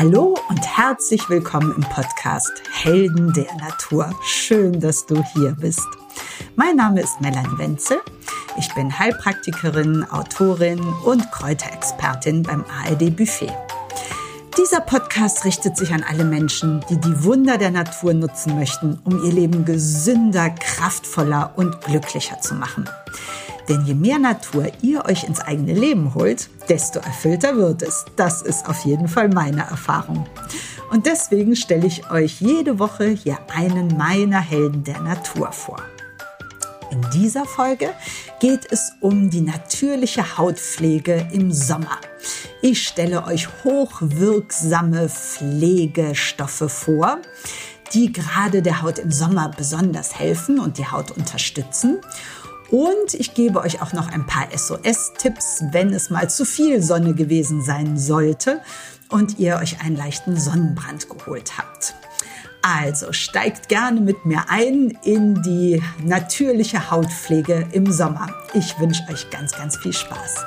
Hallo und herzlich willkommen im Podcast Helden der Natur. Schön, dass du hier bist. Mein Name ist Melanie Wenzel. Ich bin Heilpraktikerin, Autorin und Kräuterexpertin beim ARD Buffet. Dieser Podcast richtet sich an alle Menschen, die die Wunder der Natur nutzen möchten, um ihr Leben gesünder, kraftvoller und glücklicher zu machen. Denn je mehr Natur ihr euch ins eigene Leben holt, desto erfüllter wird es. Das ist auf jeden Fall meine Erfahrung. Und deswegen stelle ich euch jede Woche hier einen meiner Helden der Natur vor. In dieser Folge geht es um die natürliche Hautpflege im Sommer. Ich stelle euch hochwirksame Pflegestoffe vor, die gerade der Haut im Sommer besonders helfen und die Haut unterstützen. Und ich gebe euch auch noch ein paar SOS-Tipps, wenn es mal zu viel Sonne gewesen sein sollte und ihr euch einen leichten Sonnenbrand geholt habt. Also steigt gerne mit mir ein in die natürliche Hautpflege im Sommer. Ich wünsche euch ganz, ganz viel Spaß.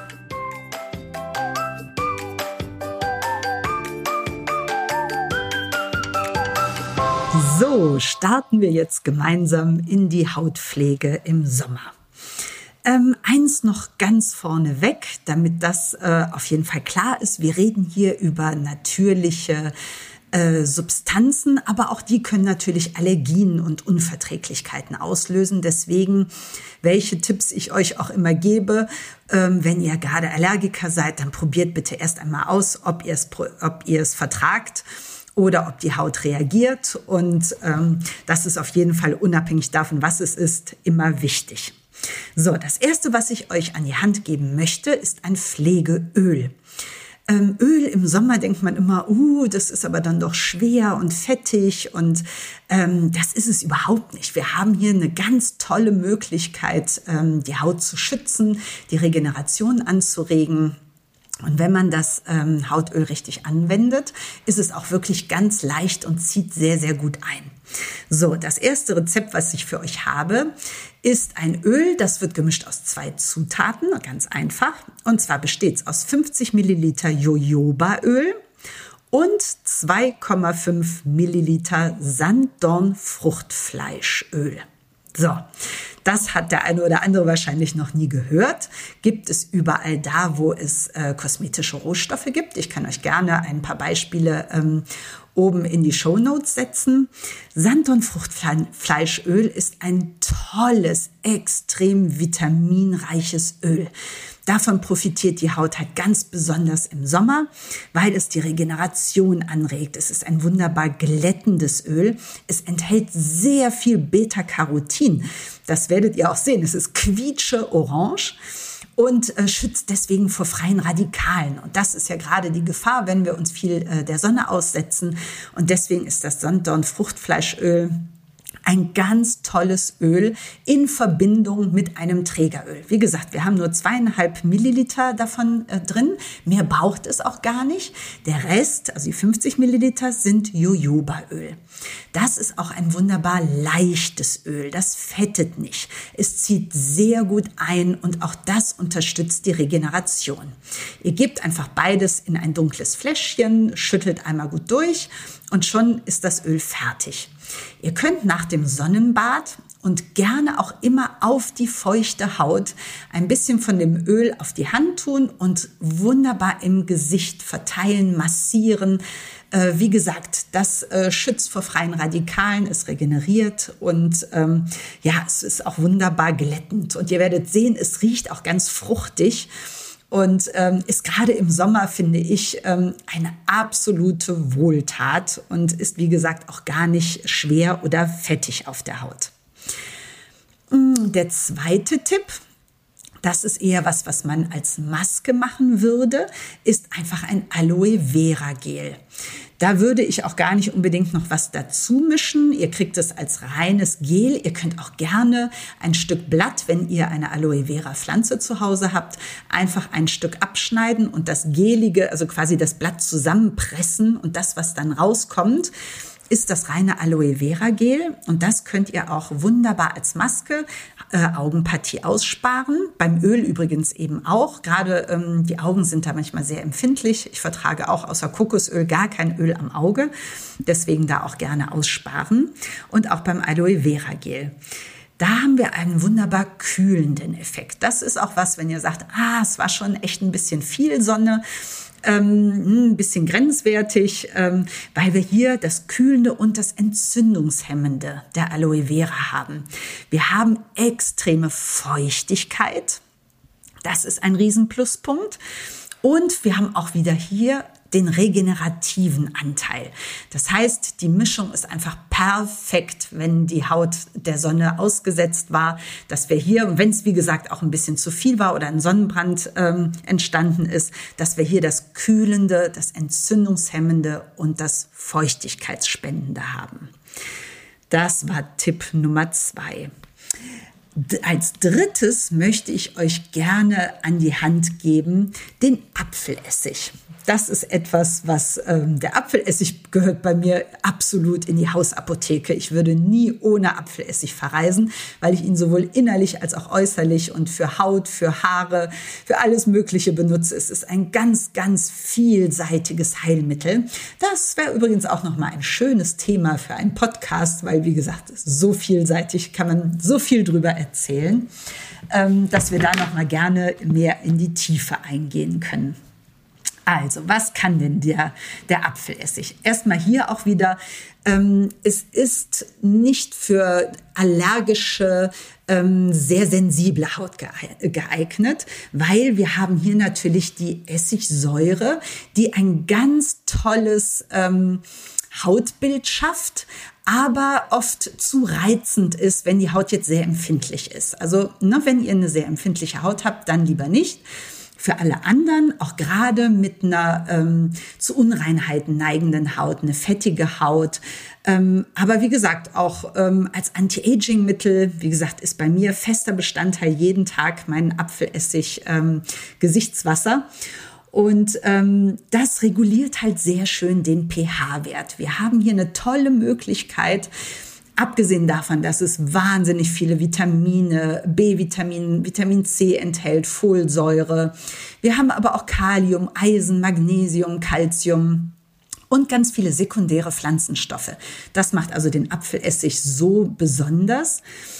So, starten wir jetzt gemeinsam in die Hautpflege im Sommer. Eins noch ganz vorneweg, damit das auf jeden Fall klar ist. Wir reden hier über natürliche Substanzen, aber auch die können natürlich Allergien und Unverträglichkeiten auslösen. Deswegen, welche Tipps ich euch auch immer gebe, wenn ihr gerade Allergiker seid, dann probiert bitte erst einmal aus, ob ihr es vertragt oder ob die Haut reagiert. Und das ist auf jeden Fall unabhängig davon, was es ist, immer wichtig. So, das erste, was ich euch an die Hand geben möchte, ist ein Pflegeöl. Öl im Sommer denkt man immer, das ist aber dann doch schwer und fettig und das ist es überhaupt nicht. Wir haben hier eine ganz tolle Möglichkeit, die Haut zu schützen, die Regeneration anzuregen. Und wenn man das Hautöl richtig anwendet, ist es auch wirklich ganz leicht und zieht sehr, sehr gut ein. So, das erste Rezept, was ich für euch habe, ist ein Öl, das wird gemischt aus 2 Zutaten, ganz einfach. Und zwar besteht es aus 50 Milliliter Jojobaöl und 2,5 Milliliter Sanddornfruchtfleischöl. So, das hat der eine oder andere wahrscheinlich noch nie gehört. Gibt es überall da, wo es kosmetische Rohstoffe gibt. Ich kann euch gerne ein paar Beispiele oben in die Shownotes setzen. Sanddornfruchtfleischöl ist ein tolles, extrem vitaminreiches Öl. Davon profitiert die Haut halt ganz besonders im Sommer, weil es die Regeneration anregt. Es ist ein wunderbar glättendes Öl. Es enthält sehr viel Beta-Carotin. Das werdet ihr auch sehen. Es ist quietsche-orange und schützt deswegen vor freien Radikalen. Und das ist ja gerade die Gefahr, wenn wir uns viel der Sonne aussetzen. Und deswegen ist das Sanddornfruchtfleischöl ein ganz tolles Öl in Verbindung mit einem Trägeröl. Wie gesagt, wir haben nur 2,5 Milliliter davon drin. Mehr braucht es auch gar nicht. Der Rest, also die 50 Milliliter, sind Jojobaöl. Das ist auch ein wunderbar leichtes Öl. Das fettet nicht. Es zieht sehr gut ein und auch das unterstützt die Regeneration. Ihr gebt einfach beides in ein dunkles Fläschchen, schüttelt einmal gut durch und schon ist das Öl fertig. Ihr könnt nach dem Sonnenbad und gerne auch immer auf die feuchte Haut ein bisschen von dem Öl auf die Hand tun und wunderbar im Gesicht verteilen, massieren. Wie gesagt, das schützt vor freien Radikalen, es regeneriert und es ist auch wunderbar glättend. Und ihr werdet sehen, es riecht auch ganz fruchtig. Und ist gerade im Sommer, finde ich, eine absolute Wohltat und ist, wie gesagt, auch gar nicht schwer oder fettig auf der Haut. Der zweite Tipp, das ist eher was man als Maske machen würde, ist einfach ein Aloe Vera Gel. Da würde ich auch gar nicht unbedingt noch was dazu mischen. Ihr kriegt es als reines Gel. Ihr könnt auch gerne ein Stück Blatt, wenn ihr eine Aloe Vera Pflanze zu Hause habt, einfach ein Stück abschneiden und das Gelige, also quasi das Blatt zusammenpressen und das, was dann rauskommt, ist das reine Aloe Vera Gel und das könnt ihr auch wunderbar als Maske, Augenpartie aussparen. Beim Öl übrigens eben auch. Gerade die Augen sind da manchmal sehr empfindlich. Ich vertrage auch außer Kokosöl gar kein Öl am Auge. Deswegen da auch gerne aussparen. Und auch beim Aloe Vera Gel. Da haben wir einen wunderbar kühlenden Effekt. Das ist auch was, wenn ihr sagt, es war schon echt ein bisschen viel Sonne, ein bisschen grenzwertig, weil wir hier das Kühlende und das Entzündungshemmende der Aloe Vera haben. Wir haben extreme Feuchtigkeit. Das ist ein Riesenpluspunkt. Und wir haben auch wieder hier den regenerativen Anteil. Das heißt, die Mischung ist einfach perfekt, wenn die Haut der Sonne ausgesetzt war, dass wir hier, wenn es wie gesagt auch ein bisschen zu viel war oder ein Sonnenbrand entstanden ist, dass wir hier das Kühlende, das Entzündungshemmende und das Feuchtigkeitsspendende haben. Das war Tipp Nummer 2. Als drittes möchte ich euch gerne an die Hand geben, den Apfelessig. Das ist etwas, was der Apfelessig gehört bei mir absolut in die Hausapotheke. Ich würde nie ohne Apfelessig verreisen, weil ich ihn sowohl innerlich als auch äußerlich und für Haut, für Haare, für alles Mögliche benutze. Es ist ein ganz, ganz vielseitiges Heilmittel. Das wäre übrigens auch nochmal ein schönes Thema für einen Podcast, weil wie gesagt, so vielseitig kann man so viel drüber erzählen, dass wir da nochmal gerne mehr in die Tiefe eingehen können. Also, was kann denn der Apfelessig? Erstmal hier auch wieder, es ist nicht für allergische, sehr sensible Haut geeignet, weil wir haben hier natürlich die Essigsäure, die ein ganz tolles Hautbild schafft, aber oft zu reizend ist, wenn die Haut jetzt sehr empfindlich ist. Also, wenn ihr eine sehr empfindliche Haut habt, dann lieber nicht. Für alle anderen, auch gerade mit einer zu Unreinheiten neigenden Haut, eine fettige Haut. Aber wie gesagt, auch als Anti-Aging-Mittel, wie gesagt, ist bei mir fester Bestandteil jeden Tag mein Apfelessig Gesichtswasser. Und das reguliert halt sehr schön den pH-Wert. Wir haben hier eine tolle Möglichkeit, abgesehen davon, dass es wahnsinnig viele Vitamine, B-Vitamin, Vitamin C enthält, Folsäure. Wir haben aber auch Kalium, Eisen, Magnesium, Calcium und ganz viele sekundäre Pflanzenstoffe. Das macht also den Apfelessig so besonders.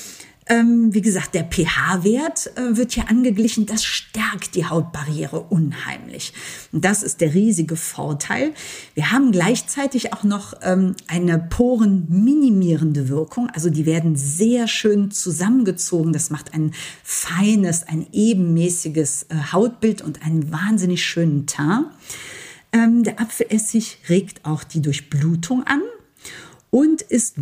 Wie gesagt, der pH-Wert wird hier angeglichen. Das stärkt die Hautbarriere unheimlich. Und das ist der riesige Vorteil. Wir haben gleichzeitig auch noch eine porenminimierende Wirkung. Also die werden sehr schön zusammengezogen. Das macht ein feines, ein ebenmäßiges Hautbild und einen wahnsinnig schönen Teint. Der Apfelessig regt auch die Durchblutung an. Und ist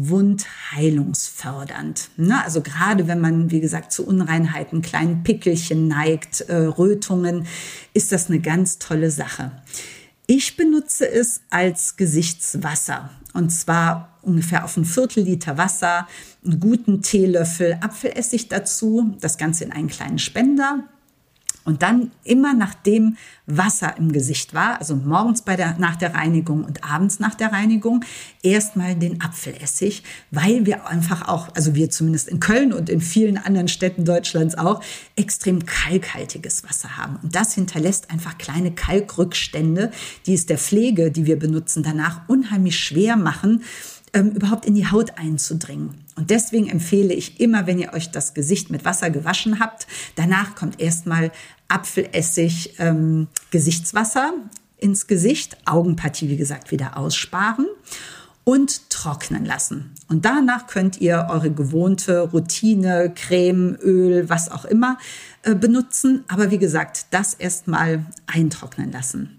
wundheilungsfördernd. Also gerade wenn man, wie gesagt, zu Unreinheiten, kleinen Pickelchen neigt, Rötungen, ist das eine ganz tolle Sache. Ich benutze es als Gesichtswasser. Und zwar ungefähr auf 1/4 Liter Wasser, einen guten Teelöffel Apfelessig dazu, das Ganze in einen kleinen Spender. Und dann immer nachdem Wasser im Gesicht war, also morgens nach der Reinigung und abends nach der Reinigung, erstmal den Apfelessig, weil wir einfach auch, also wir zumindest in Köln und in vielen anderen Städten Deutschlands auch, extrem kalkhaltiges Wasser haben. Und das hinterlässt einfach kleine Kalkrückstände, die es der Pflege, die wir benutzen, danach unheimlich schwer machen, überhaupt in die Haut einzudringen. Und deswegen empfehle ich immer, wenn ihr euch das Gesicht mit Wasser gewaschen habt, danach kommt erstmal Apfelessig, Gesichtswasser ins Gesicht, Augenpartie, wie gesagt, wieder aussparen und trocknen lassen. Und danach könnt ihr eure gewohnte Routine, Creme, Öl, was auch immer benutzen. Aber wie gesagt, das erstmal eintrocknen lassen.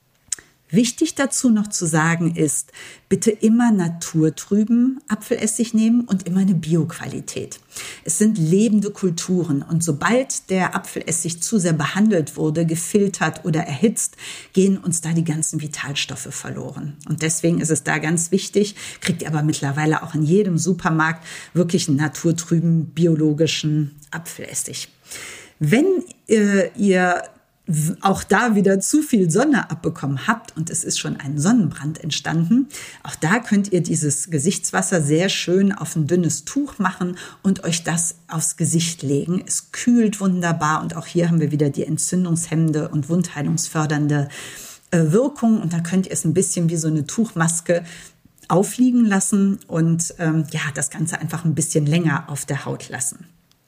Wichtig dazu noch zu sagen ist, bitte immer naturtrüben Apfelessig nehmen und immer eine Bioqualität. Es sind lebende Kulturen und sobald der Apfelessig zu sehr behandelt wurde, gefiltert oder erhitzt, gehen uns da die ganzen Vitalstoffe verloren. Und deswegen ist es da ganz wichtig, kriegt ihr aber mittlerweile auch in jedem Supermarkt wirklich einen naturtrüben biologischen Apfelessig. Wenn ihr auch da wieder zu viel Sonne abbekommen habt und es ist schon ein Sonnenbrand entstanden, auch da könnt ihr dieses Gesichtswasser sehr schön auf ein dünnes Tuch machen und euch das aufs Gesicht legen. Es kühlt wunderbar und auch hier haben wir wieder die entzündungshemmende und wundheilungsfördernde Wirkung und da könnt ihr es ein bisschen wie so eine Tuchmaske aufliegen lassen und das Ganze einfach ein bisschen länger auf der Haut lassen.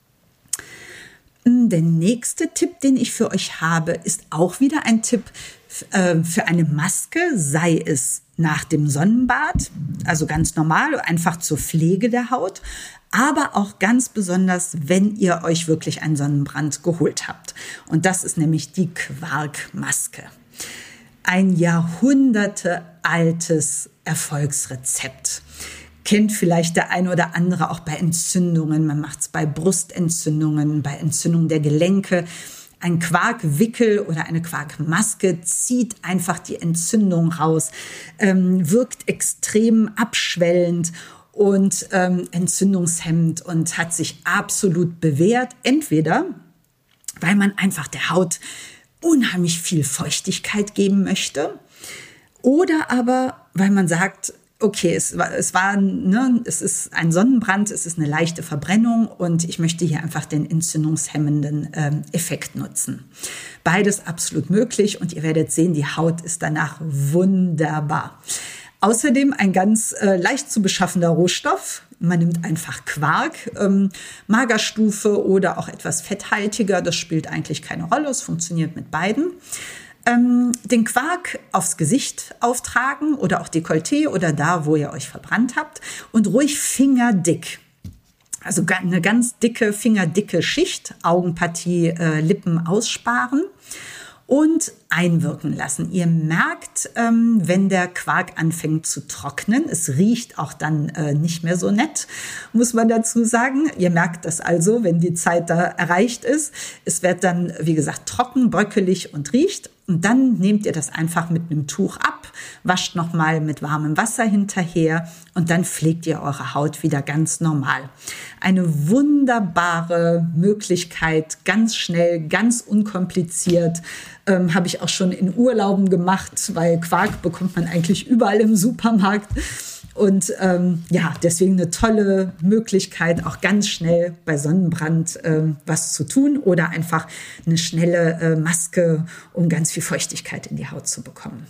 Der nächste Tipp, den ich für euch habe, ist auch wieder ein Tipp für eine Maske, sei es nach dem Sonnenbad, also ganz normal, einfach zur Pflege der Haut, aber auch ganz besonders, wenn ihr euch wirklich einen Sonnenbrand geholt habt. Und das ist nämlich die Quarkmaske. Ein jahrhundertealtes Erfolgsrezept. Kennt vielleicht der eine oder andere auch bei Entzündungen. Man macht es bei Brustentzündungen, bei Entzündungen der Gelenke. Ein Quarkwickel oder eine Quarkmaske zieht einfach die Entzündung raus, wirkt extrem abschwellend und entzündungshemmend und hat sich absolut bewährt. Entweder, weil man einfach der Haut unheimlich viel Feuchtigkeit geben möchte oder aber, weil man sagt, okay, es ist ein Sonnenbrand, es ist eine leichte Verbrennung und ich möchte hier einfach den entzündungshemmenden Effekt nutzen. Beides absolut möglich und ihr werdet sehen, die Haut ist danach wunderbar. Außerdem ein ganz leicht zu beschaffender Rohstoff. Man nimmt einfach Quark, Magerstufe oder auch etwas fetthaltiger. Das spielt eigentlich keine Rolle, es funktioniert mit beiden. Den Quark aufs Gesicht auftragen oder auch Dekolleté oder da, wo ihr euch verbrannt habt und ruhig fingerdick. Also eine ganz dicke, fingerdicke Schicht, Augenpartie, Lippen aussparen und einwirken lassen. Ihr merkt, wenn der Quark anfängt zu trocknen, es riecht auch dann nicht mehr so nett, muss man dazu sagen. Ihr merkt das also, wenn die Zeit da erreicht ist. Es wird dann, wie gesagt, trocken, bröckelig und riecht. Und dann nehmt ihr das einfach mit einem Tuch ab, wascht nochmal mit warmem Wasser hinterher und dann pflegt ihr eure Haut wieder ganz normal. Eine wunderbare Möglichkeit, ganz schnell, ganz unkompliziert, habe ich auch schon in Urlauben gemacht, weil Quark bekommt man eigentlich überall im Supermarkt. Und deswegen eine tolle Möglichkeit, auch ganz schnell bei Sonnenbrand was zu tun oder einfach eine schnelle Maske, um ganz viel Feuchtigkeit in die Haut zu bekommen.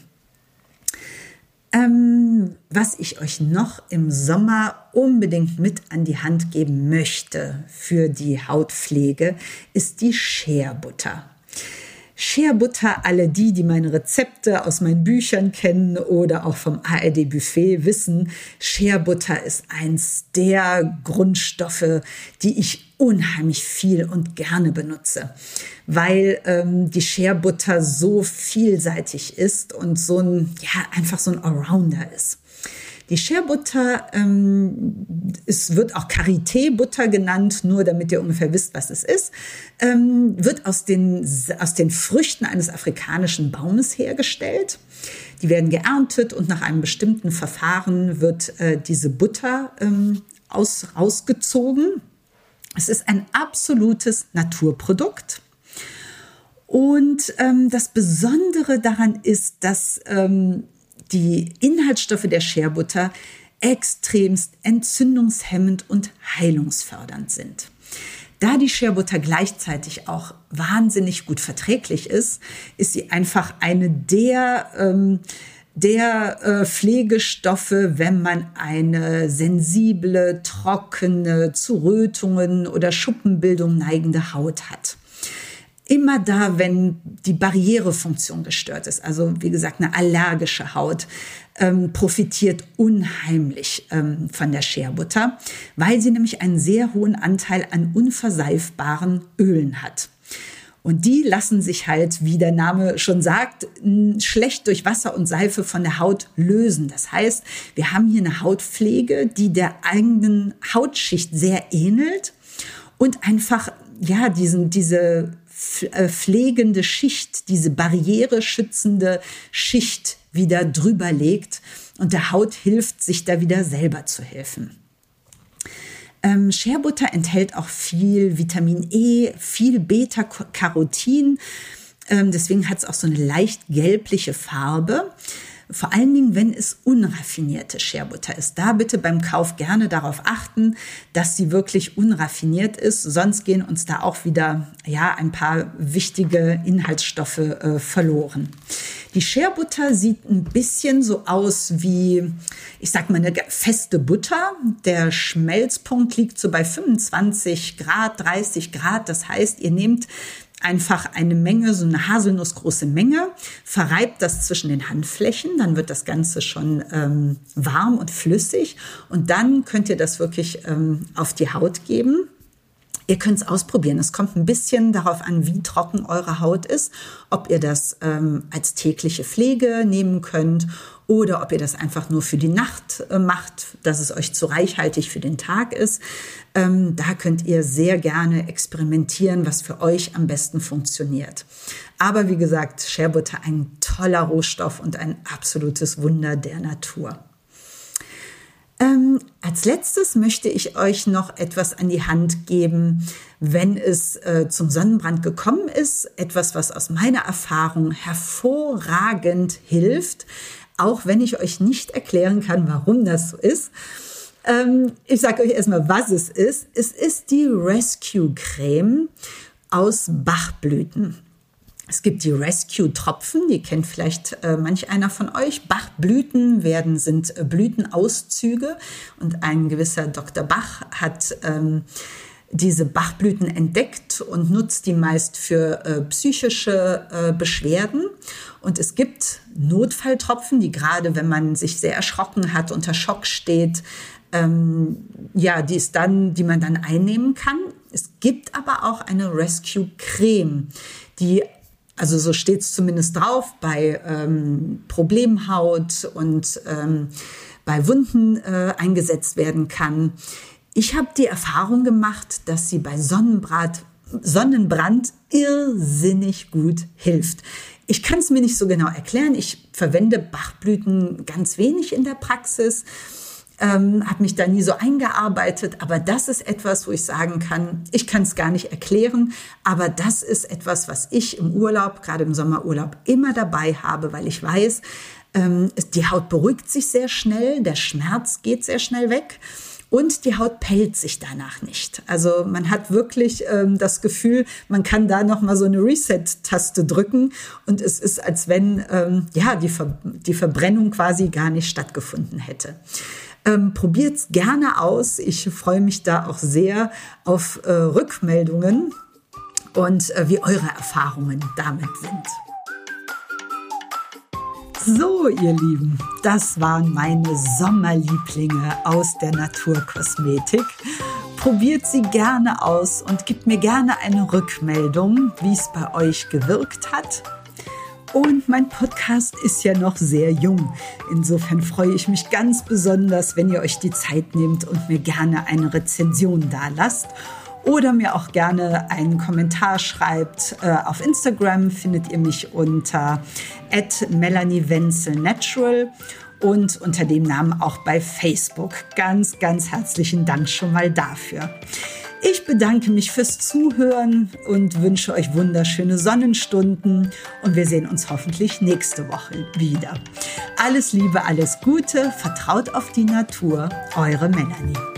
Was ich euch noch im Sommer unbedingt mit an die Hand geben möchte für die Hautpflege, ist die Shea Butter. Shea Butter, alle die meine Rezepte aus meinen Büchern kennen oder auch vom ARD Buffet wissen, Shea Butter ist eins der Grundstoffe, die ich unheimlich viel und gerne benutze, weil die Shea Butter so vielseitig ist und einfach so ein Allrounder ist. Die Shea Butter, es wird auch Karité-Butter genannt, nur damit ihr ungefähr wisst, was es ist, wird aus den Früchten eines afrikanischen Baumes hergestellt. Die werden geerntet und nach einem bestimmten Verfahren wird diese Butter ausgezogen. Es ist ein absolutes Naturprodukt. Und das Besondere daran ist, dass die Inhaltsstoffe der Shea Butter extremst entzündungshemmend und heilungsfördernd sind. Da die Shea Butter gleichzeitig auch wahnsinnig gut verträglich ist sie einfach eine der Pflegestoffe, wenn man eine sensible, trockene, zu Rötungen oder Schuppenbildung neigende Haut hat. Immer da, wenn die Barrierefunktion gestört ist, also wie gesagt eine allergische Haut, profitiert unheimlich von der Shea Butter, weil sie nämlich einen sehr hohen Anteil an unverseifbaren Ölen hat. Und die lassen sich halt, wie der Name schon sagt, schlecht durch Wasser und Seife von der Haut lösen. Das heißt, wir haben hier eine Hautpflege, die der eigenen Hautschicht sehr ähnelt und einfach diese pflegende Schicht, diese barriereschützende Schicht wieder drüber legt und der Haut hilft, sich da wieder selber zu helfen. Shea Butter enthält auch viel Vitamin E, viel Beta-Carotin. Deswegen hat es auch so eine leicht gelbliche Farbe. Vor allen Dingen, wenn es unraffinierte Shea Butter ist. Da bitte beim Kauf gerne darauf achten, dass sie wirklich unraffiniert ist. Sonst gehen uns da auch wieder ein paar wichtige Inhaltsstoffe verloren. Die Shea Butter sieht ein bisschen so aus wie, ich sag mal, eine feste Butter. Der Schmelzpunkt liegt so bei 25 Grad, 30 Grad. Das heißt, ihr nehmt einfach eine Menge, so eine haselnussgroße Menge, verreibt das zwischen den Handflächen, dann wird das Ganze schon warm und flüssig und dann könnt ihr das wirklich auf die Haut geben. Ihr könnt es ausprobieren. Es kommt ein bisschen darauf an, wie trocken eure Haut ist, ob ihr das als tägliche Pflege nehmen könnt oder ob ihr das einfach nur für die Nacht macht, dass es euch zu reichhaltig für den Tag ist. Da könnt ihr sehr gerne experimentieren, was für euch am besten funktioniert. Aber wie gesagt, Shea Butter, ein toller Rohstoff und ein absolutes Wunder der Natur. Als letztes möchte ich euch noch etwas an die Hand geben, wenn es zum Sonnenbrand gekommen ist. Etwas, was aus meiner Erfahrung hervorragend hilft, auch wenn ich euch nicht erklären kann, warum das so ist. Ich sage euch erstmal, was es ist. Es ist die Rescue-Creme aus Bachblüten. Es gibt die Rescue-Tropfen, die kennt vielleicht manch einer von euch. Bachblüten sind Blütenauszüge und ein gewisser Dr. Bach hat diese Bachblüten entdeckt und nutzt die meist für psychische Beschwerden. Und es gibt Notfalltropfen, die gerade, wenn man sich sehr erschrocken hat, unter Schock steht, die man dann einnehmen kann. Es gibt aber auch eine Rescue-Creme, die, also so steht es zumindest drauf, bei Problemhaut und bei Wunden eingesetzt werden kann. Ich habe die Erfahrung gemacht, dass sie bei Sonnenbrand irrsinnig gut hilft. Ich kann es mir nicht so genau erklären. Ich verwende Bachblüten ganz wenig in der Praxis, habe mich da nie so eingearbeitet. Aber das ist etwas, wo ich sagen kann, ich kann es gar nicht erklären. Aber das ist etwas, was ich im Urlaub, gerade im Sommerurlaub, immer dabei habe, weil ich weiß, die Haut beruhigt sich sehr schnell, der Schmerz geht sehr schnell weg. Und die Haut pellt sich danach nicht. Also man hat wirklich das Gefühl, man kann da noch mal so eine Reset-Taste drücken und es ist, als wenn die Verbrennung quasi gar nicht stattgefunden hätte. Probiert's gerne aus. Ich freue mich da auch sehr auf Rückmeldungen und wie eure Erfahrungen damit sind. So, ihr Lieben, das waren meine Sommerlieblinge aus der Naturkosmetik. Probiert sie gerne aus und gebt mir gerne eine Rückmeldung, wie es bei euch gewirkt hat. Und mein Podcast ist ja noch sehr jung. Insofern freue ich mich ganz besonders, wenn ihr euch die Zeit nehmt und mir gerne eine Rezension dalasst. Oder mir auch gerne einen Kommentar schreibt. Auf Instagram findet ihr mich unter @MelanieWenzelNatural und unter dem Namen auch bei Facebook. Ganz, ganz herzlichen Dank schon mal dafür. Ich bedanke mich fürs Zuhören und wünsche euch wunderschöne Sonnenstunden und wir sehen uns hoffentlich nächste Woche wieder. Alles Liebe, alles Gute, vertraut auf die Natur, eure Melanie.